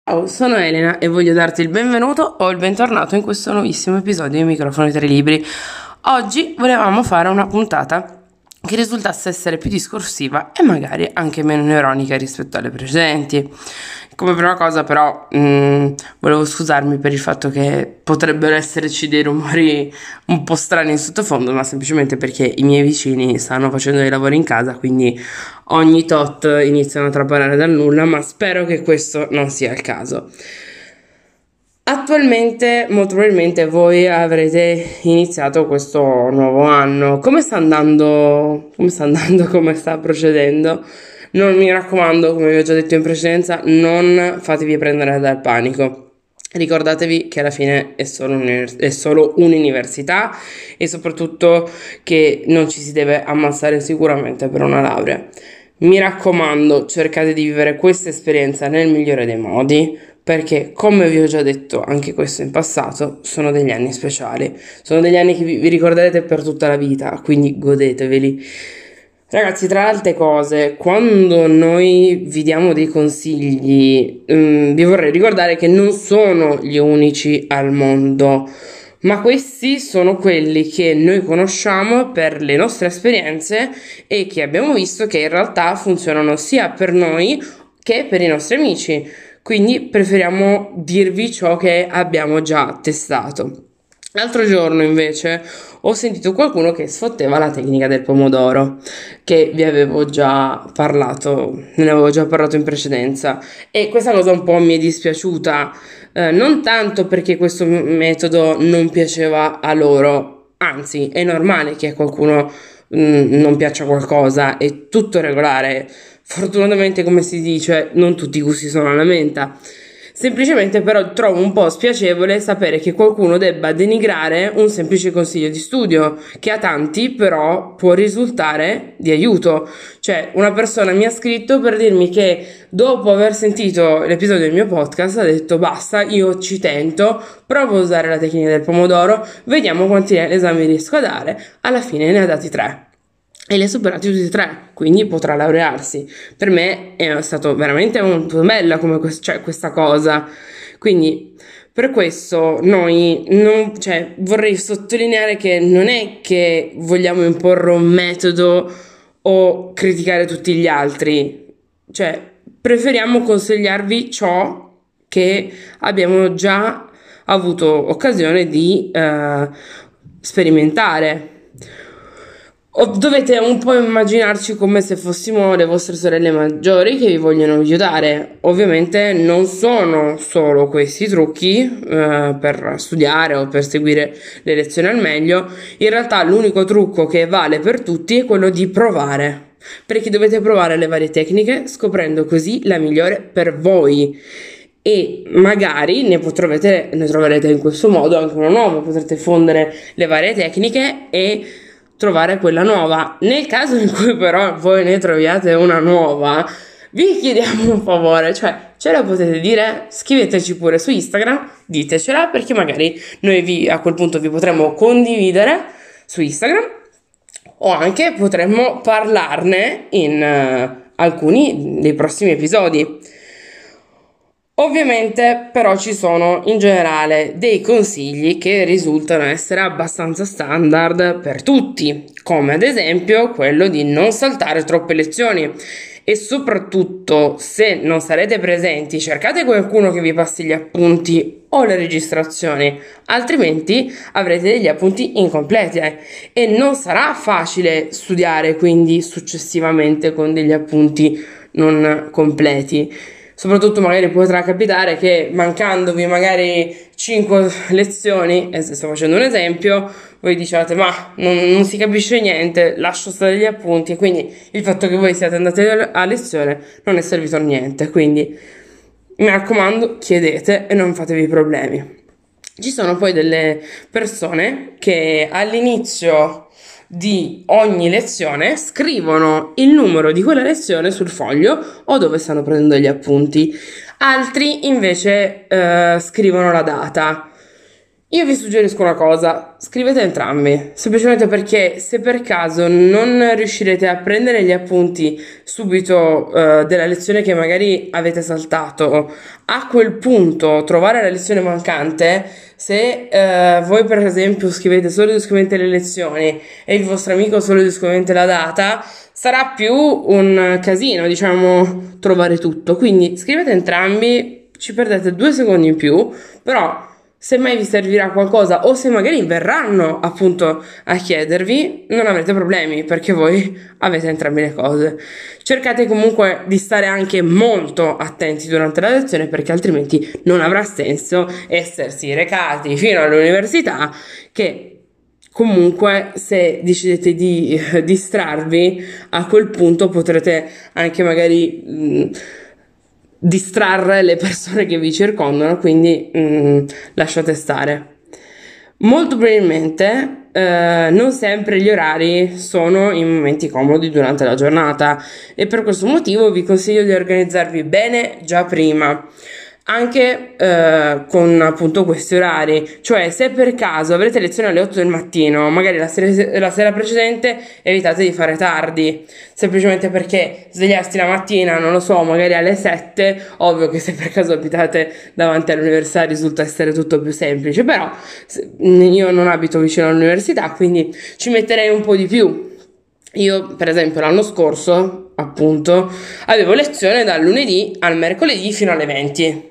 Ciao, sono Elena e voglio darti il benvenuto o il bentornato in questo nuovissimo episodio di Microfono tra i libri. Oggi volevamo fare una puntata che risultasse essere più discorsiva e magari anche meno neuronica rispetto alle precedenti. Come prima cosa però volevo scusarmi per il fatto che potrebbero esserci dei rumori un po' strani in sottofondo, ma semplicemente perché i miei vicini stanno facendo dei lavori in casa, quindi ogni tot iniziano a traparare dal nulla, ma spero che questo non sia il caso. Attualmente, molto probabilmente voi avrete iniziato questo nuovo anno. Come sta andando? Come sta andando? Come sta procedendo? Non mi raccomando, come vi ho già detto in precedenza, non fatevi prendere dal panico. Ricordatevi che alla fine è solo un'università e soprattutto che non ci si deve ammassare sicuramente per una laurea. Mi raccomando, cercate di vivere questa esperienza nel migliore dei modi, perché come vi ho già detto anche questo in passato, sono degli anni speciali, sono degli anni che vi ricorderete per tutta la vita, quindi godeteveli. Ragazzi, tra le altre cose, quando noi vi diamo dei consigli, vi vorrei ricordare che non sono gli unici al mondo, ma questi sono quelli che noi conosciamo per le nostre esperienze e che abbiamo visto che in realtà funzionano sia per noi che per i nostri amici. Quindi preferiamo dirvi ciò che abbiamo già testato. L'altro giorno invece ho sentito qualcuno che sfotteva la tecnica del pomodoro, che vi avevo già parlato, ne avevo già parlato in precedenza, e questa cosa un po' mi è dispiaciuta, non tanto perché questo metodo non piaceva a loro, anzi è normale che a qualcuno non piaccia qualcosa, è tutto regolare. Fortunatamente, come si dice, non tutti i gusti sono alla menta. Semplicemente però trovo un po' spiacevole sapere che qualcuno debba denigrare un semplice consiglio di studio, che a tanti però può risultare di aiuto. Cioè, una persona mi ha scritto per dirmi che dopo aver sentito l'episodio del mio podcast ha detto basta, io ci tento, provo a usare la tecnica del pomodoro, vediamo quanti esami riesco a dare. Alla fine ne ha dati 3 e li ha superati tutti e 3, quindi potrà laurearsi. Per me è stato veramente molto bella come questa cosa. Quindi per questo noi non, cioè, vorrei sottolineare che non è che vogliamo imporre un metodo o criticare tutti gli altri, cioè preferiamo consigliarvi ciò che abbiamo già avuto occasione di sperimentare. Dovete un po' immaginarci come se fossimo le vostre sorelle maggiori che vi vogliono aiutare. Ovviamente non sono solo questi trucchi per studiare o per seguire le lezioni al meglio. In realtà l'unico trucco che vale per tutti è quello di provare, perché dovete provare le varie tecniche scoprendo così la migliore per voi. E magari ne troverete in questo modo anche una nuova, potrete fondere le varie tecniche e trovare quella nuova. Nel caso in cui però voi ne troviate una nuova, vi chiediamo un favore, cioè ce la potete dire, scriveteci pure su Instagram, ditecela, perché magari noi a quel punto vi potremo condividere su Instagram o anche potremmo parlarne in alcuni dei prossimi episodi. Ovviamente però ci sono in generale dei consigli che risultano essere abbastanza standard per tutti, come ad esempio quello di non saltare troppe lezioni e soprattutto se non sarete presenti cercate qualcuno che vi passi gli appunti o le registrazioni, altrimenti avrete degli appunti incompleti e non sarà facile studiare quindi successivamente con degli appunti non completi. Soprattutto magari potrà capitare che mancandovi magari 5 lezioni, e se sto facendo un esempio, voi diciate ma non si capisce niente, lascio stare gli appunti, e quindi il fatto che voi siate andati a lezione non è servito a niente. Quindi mi raccomando, chiedete e non fatevi problemi. Ci sono poi delle persone che all'inizio di ogni lezione scrivono il numero di quella lezione sul foglio o dove stanno prendendo gli appunti. Altri invece scrivono la data. Io vi suggerisco una cosa, scrivete entrambi, semplicemente perché se per caso non riuscirete a prendere gli appunti subito della lezione che magari avete saltato, a quel punto trovare la lezione mancante, se voi per esempio scrivete solo ed esclusivamente le lezioni e il vostro amico solo ed esclusivamente la data, sarà più un casino, diciamo, trovare tutto. Quindi scrivete entrambi, ci perdete 2 secondi in più, però se mai vi servirà qualcosa o se magari verranno appunto a chiedervi, non avrete problemi perché voi avete entrambe le cose. Cercate comunque di stare anche molto attenti durante la lezione perché altrimenti non avrà senso essersi recati fino all'università, che comunque se decidete di distrarvi a quel punto potrete anche magari distrarre le persone che vi circondano, quindi lasciate stare. Molto probabilmente non sempre gli orari sono in momenti comodi durante la giornata e per questo motivo vi consiglio di organizzarvi bene già prima. Anche con appunto questi orari, cioè se per caso avrete lezione alle 8 del mattino, magari la sera precedente evitate di fare tardi, semplicemente perché svegliarsi la mattina, non lo so, magari alle 7, ovvio che se per caso abitate davanti all'università risulta essere tutto più semplice, però io non abito vicino all'università, quindi ci metterei un po' di più. Io, per esempio, l'anno scorso, appunto, avevo lezione dal lunedì al mercoledì fino alle 20.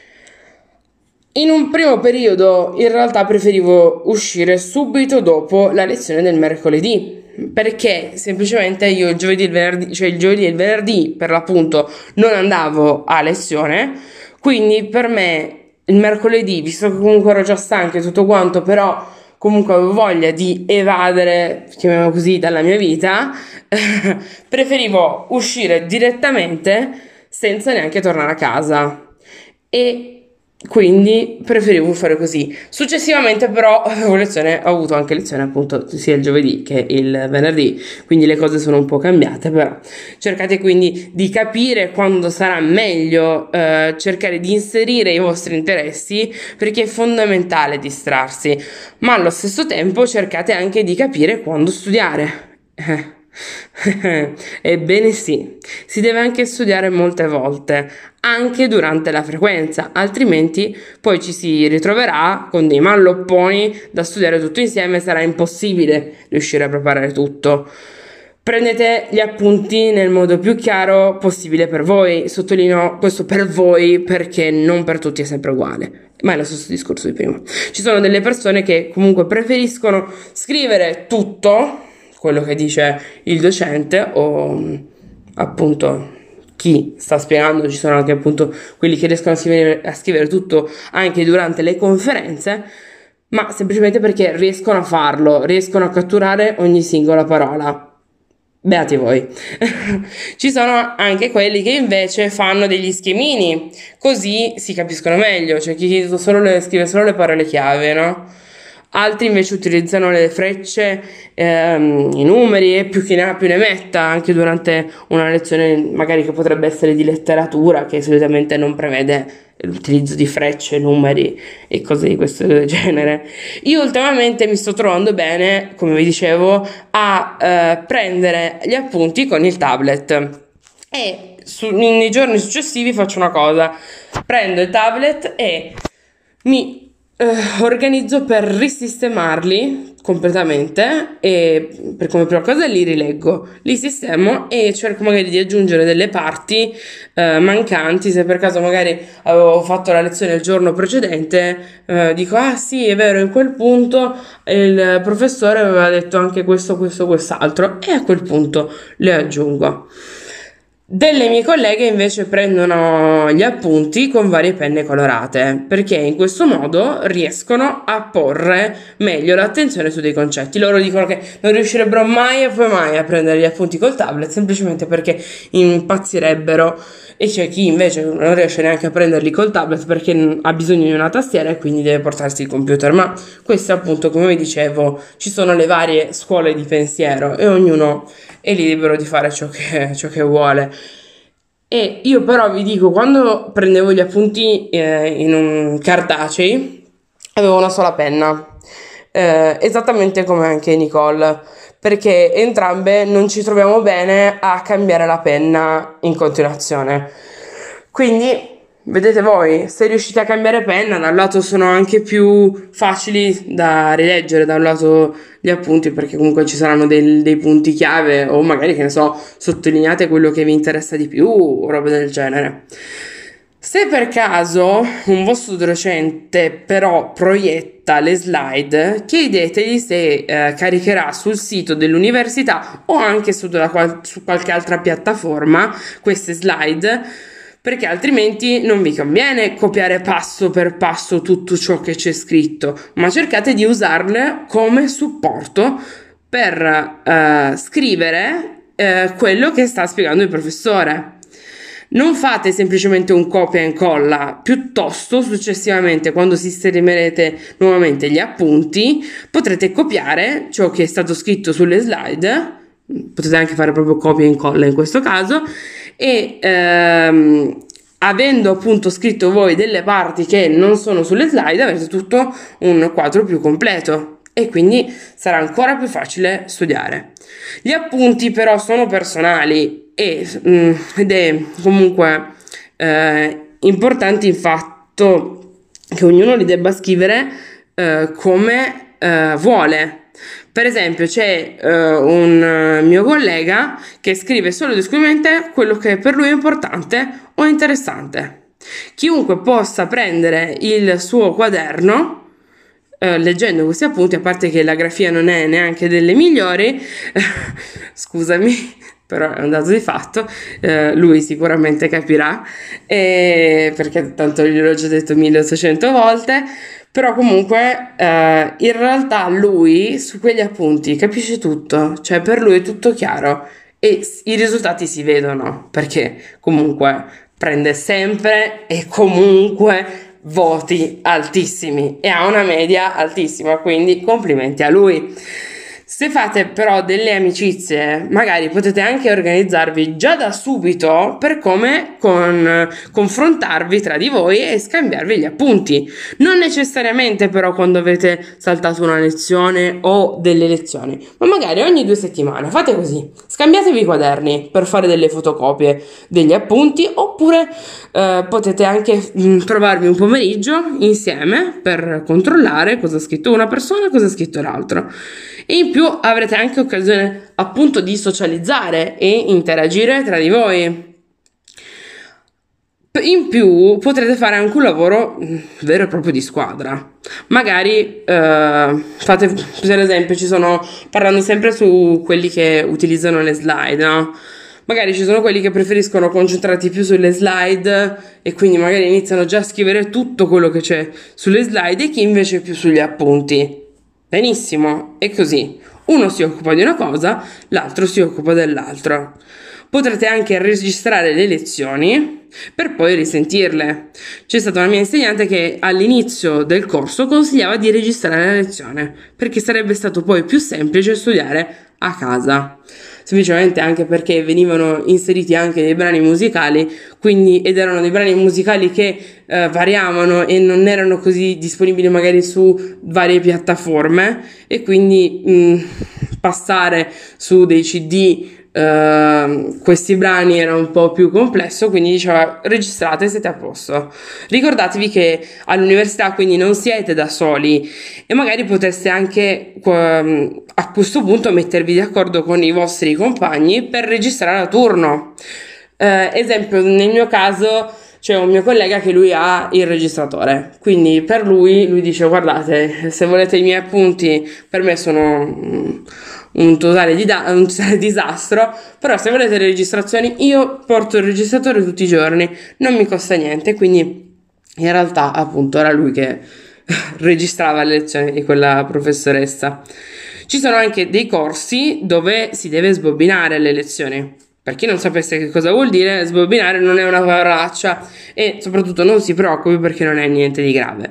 In un primo periodo in realtà preferivo uscire subito dopo la lezione del mercoledì, perché semplicemente io il giovedì e il venerdì, cioè il giovedì e il venerdì per l'appunto non andavo a lezione, quindi per me il mercoledì, visto che comunque ero già stanca e tutto quanto, però comunque avevo voglia di evadere, chiamiamolo così, dalla mia vita, preferivo uscire direttamente senza neanche tornare a casa. E quindi preferivo fare così. Successivamente però ho avuto anche lezione appunto sia il giovedì che il venerdì, quindi le cose sono un po' cambiate, però cercate quindi di capire quando sarà meglio cercare di inserire i vostri interessi, perché è fondamentale distrarsi, ma allo stesso tempo cercate anche di capire quando studiare. Ebbene sì, si deve anche studiare molte volte, anche durante la frequenza, altrimenti poi ci si ritroverà con dei mallopponi da studiare tutto insieme, sarà impossibile riuscire a preparare tutto. Prendete gli appunti nel modo più chiaro possibile per voi, sottolineo questo per voi perché non per tutti è sempre uguale. Ma è lo stesso discorso di prima. Ci sono delle persone che comunque preferiscono scrivere tutto quello che dice il docente o appunto chi sta spiegando, ci sono anche appunto quelli che riescono a scrivere tutto anche durante le conferenze, ma semplicemente perché riescono a farlo, riescono a catturare ogni singola parola. Beati voi. Ci sono anche quelli che invece fanno degli schemini, così si capiscono meglio, cioè chi scrive solo le parole chiave, no? Altri invece utilizzano le frecce, i numeri e più chi ne ha più ne metta, anche durante una lezione magari che potrebbe essere di letteratura, che solitamente non prevede l'utilizzo di frecce, numeri e cose di questo genere. Io ultimamente mi sto trovando bene, come vi dicevo, a prendere gli appunti con il tablet e nei giorni successivi faccio una cosa, prendo il tablet e mi organizzo per risistemarli completamente e per come prima cosa li rileggo, li sistemo e cerco magari di aggiungere delle parti mancanti. Se per caso magari avevo fatto la lezione il giorno precedente, dico ah sì è vero, in quel punto il professore aveva detto anche questo, quest'altro, e a quel punto le aggiungo. Delle mie colleghe invece prendono gli appunti con varie penne colorate, perché in questo modo riescono a porre meglio l'attenzione su dei concetti. Loro dicono che non riuscirebbero mai e poi mai a prendere gli appunti col tablet, semplicemente perché impazzirebbero, e c'è chi invece non riesce neanche a prenderli col tablet perché ha bisogno di una tastiera e quindi deve portarsi il computer. Ma questo appunto, come vi dicevo, ci sono le varie scuole di pensiero e ognuno è libero di fare ciò che vuole. E io però vi dico, quando prendevo gli appunti in un cartacei, avevo una sola penna, esattamente come anche Nicole, perché entrambe non ci troviamo bene a cambiare la penna in continuazione. Quindi vedete voi, se riuscite a cambiare penna, da un lato sono anche più facili da rileggere, da un lato gli appunti, perché comunque ci saranno dei punti chiave, o magari, che ne so, sottolineate quello che vi interessa di più, o robe del genere. Se per caso un vostro docente però proietta le slide, chiedetegli se caricherà sul sito dell'università o anche su qualche altra piattaforma queste slide, perché altrimenti non vi conviene copiare passo per passo tutto ciò che c'è scritto, ma cercate di usarle come supporto per scrivere quello che sta spiegando il professore. Non fate semplicemente un copia e incolla, piuttosto successivamente, quando sistemerete nuovamente gli appunti, potrete copiare ciò che è stato scritto sulle slide, potete anche fare proprio copia e incolla in questo caso, e avendo appunto scritto voi delle parti che non sono sulle slide, avete tutto un quadro più completo e quindi sarà ancora più facile studiare. Gli appunti però sono personali ed è comunque importante il fatto che ognuno li debba scrivere come vuole. Per esempio c'è un mio collega che scrive solo ed esclusivamente quello che per lui è importante o interessante. Chiunque possa prendere il suo quaderno leggendo questi appunti, a parte che la grafia non è neanche delle migliori, scusami, però è un dato di fatto, lui sicuramente capirà, perché tanto gliel'ho già detto 1800 volte, però comunque in realtà lui su quegli appunti capisce tutto, cioè per lui è tutto chiaro e i risultati si vedono, perché comunque prende sempre e comunque voti altissimi e ha una media altissima, quindi complimenti a lui. Se fate però delle amicizie, magari potete anche organizzarvi già da subito per come confrontarvi tra di voi e scambiarvi gli appunti. Non necessariamente però quando avete saltato una lezione o delle lezioni, ma magari ogni 2 settimane fate così. Scambiatevi i quaderni per fare delle fotocopie degli appunti, oppure potete anche trovarvi un pomeriggio insieme per controllare cosa ha scritto una persona e cosa ha scritto l'altro. E in più avrete anche occasione appunto di socializzare e interagire tra di voi. In più potrete fare anche un lavoro vero e proprio di squadra. Magari fate, per esempio, parlando sempre su quelli che utilizzano le slide, no? Magari ci sono quelli che preferiscono concentrarsi più sulle slide e quindi magari iniziano già a scrivere tutto quello che c'è sulle slide, e chi invece più sugli appunti. Benissimo, è così. Uno si occupa di una cosa, l'altro si occupa dell'altro. Potrete anche registrare le lezioni per poi risentirle. C'è stata una mia insegnante che all'inizio del corso consigliava di registrare la lezione, perché sarebbe stato poi più semplice studiare a casa. Semplicemente anche perché venivano inseriti anche dei brani musicali, ed erano dei brani musicali che variavano e non erano così disponibili magari su varie piattaforme, e quindi passare su dei CD questi brani era un po' più complesso, quindi diceva registrate e siete a posto. Ricordatevi che all'università quindi non siete da soli e magari potreste anche a questo punto mettervi d'accordo con i vostri compagni per registrare a turno. Esempio, nel mio caso c'è un mio collega che lui ha il registratore, quindi per lui dice guardate, se volete i miei appunti per me sono un totale disastro, però se volete le registrazioni io porto il registratore tutti i giorni, non mi costa niente, quindi in realtà appunto era lui che registrava le lezioni di quella professoressa. Ci sono anche dei corsi dove si deve sbobinare le lezioni. Per chi non sapesse che cosa vuol dire, sbobinare non è una parolaccia, e soprattutto non si preoccupi perché non è niente di grave,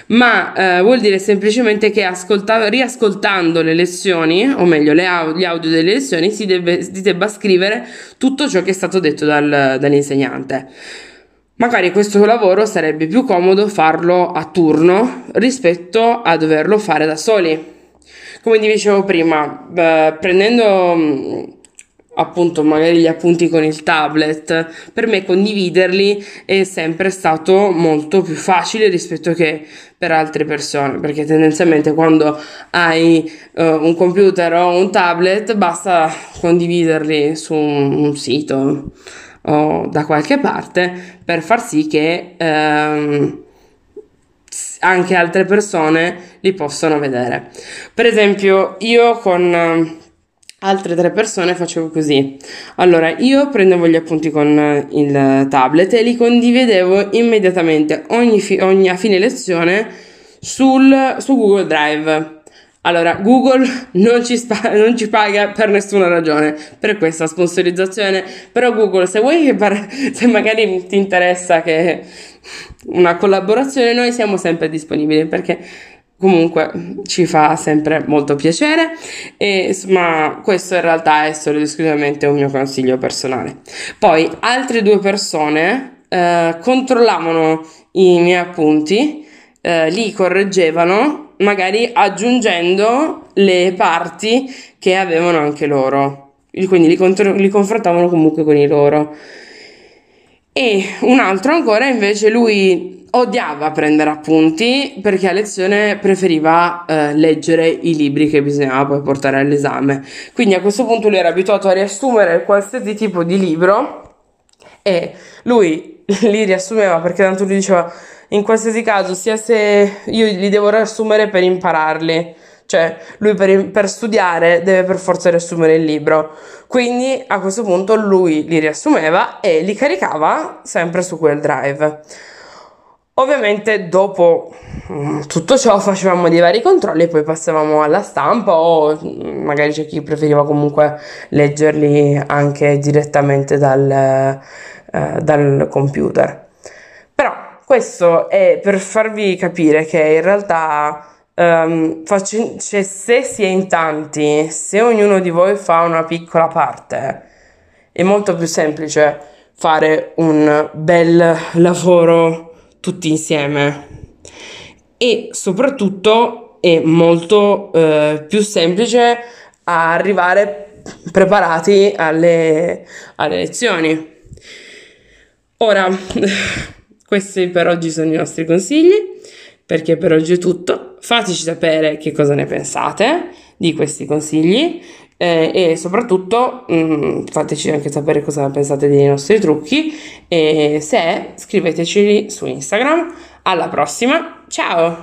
ma vuol dire semplicemente che riascoltando le lezioni, o meglio gli audio delle lezioni, si debba scrivere tutto ciò che è stato detto dall'insegnante. Magari questo lavoro sarebbe più comodo farlo a turno rispetto a doverlo fare da soli. Come ti dicevo prima, prendendo appunto magari gli appunti con il tablet, per me condividerli è sempre stato molto più facile rispetto che per altre persone, perché tendenzialmente quando hai un computer o un tablet basta condividerli su un sito o da qualche parte per far sì che anche altre persone li possano vedere. Per esempio, io con altre tre persone facevo così. Allora, io prendevo gli appunti con il tablet e li condividevo immediatamente a fine lezione su Google Drive. Allora, Google non ci paga per nessuna ragione per questa sponsorizzazione, però Google, se vuoi se magari ti interessa che una collaborazione, noi siamo sempre disponibili perché comunque ci fa sempre molto piacere, ma questo in realtà è solo ed esclusivamente un mio consiglio personale. Poi altre due persone controllavano i miei appunti, li correggevano magari aggiungendo le parti che avevano anche loro, quindi li confrontavano comunque con i loro. E un altro ancora invece lui odiava prendere appunti perché a lezione preferiva leggere i libri che bisognava poi portare all'esame. Quindi a questo punto lui era abituato a riassumere qualsiasi tipo di libro e lui li riassumeva perché tanto lui diceva in qualsiasi caso, sia se io li devo riassumere per impararli, cioè lui per studiare deve per forza riassumere il libro. Quindi a questo punto lui li riassumeva e li caricava sempre su quel drive. Ovviamente dopo tutto ciò facevamo dei vari controlli e poi passavamo alla stampa o magari c'è chi preferiva comunque leggerli anche direttamente dal computer. Però questo è per farvi capire che in realtà cioè, se si è in tanti, se ognuno di voi fa una piccola parte, è molto più semplice fare un bel lavoro tutti insieme e soprattutto è molto più semplice arrivare preparati alle lezioni. Ora, questi per oggi sono i nostri consigli, perché per oggi è tutto. Fateci sapere che cosa ne pensate di questi consigli e soprattutto fateci anche sapere cosa pensate dei nostri trucchi e se scriveteceli su Instagram. Alla prossima, ciao!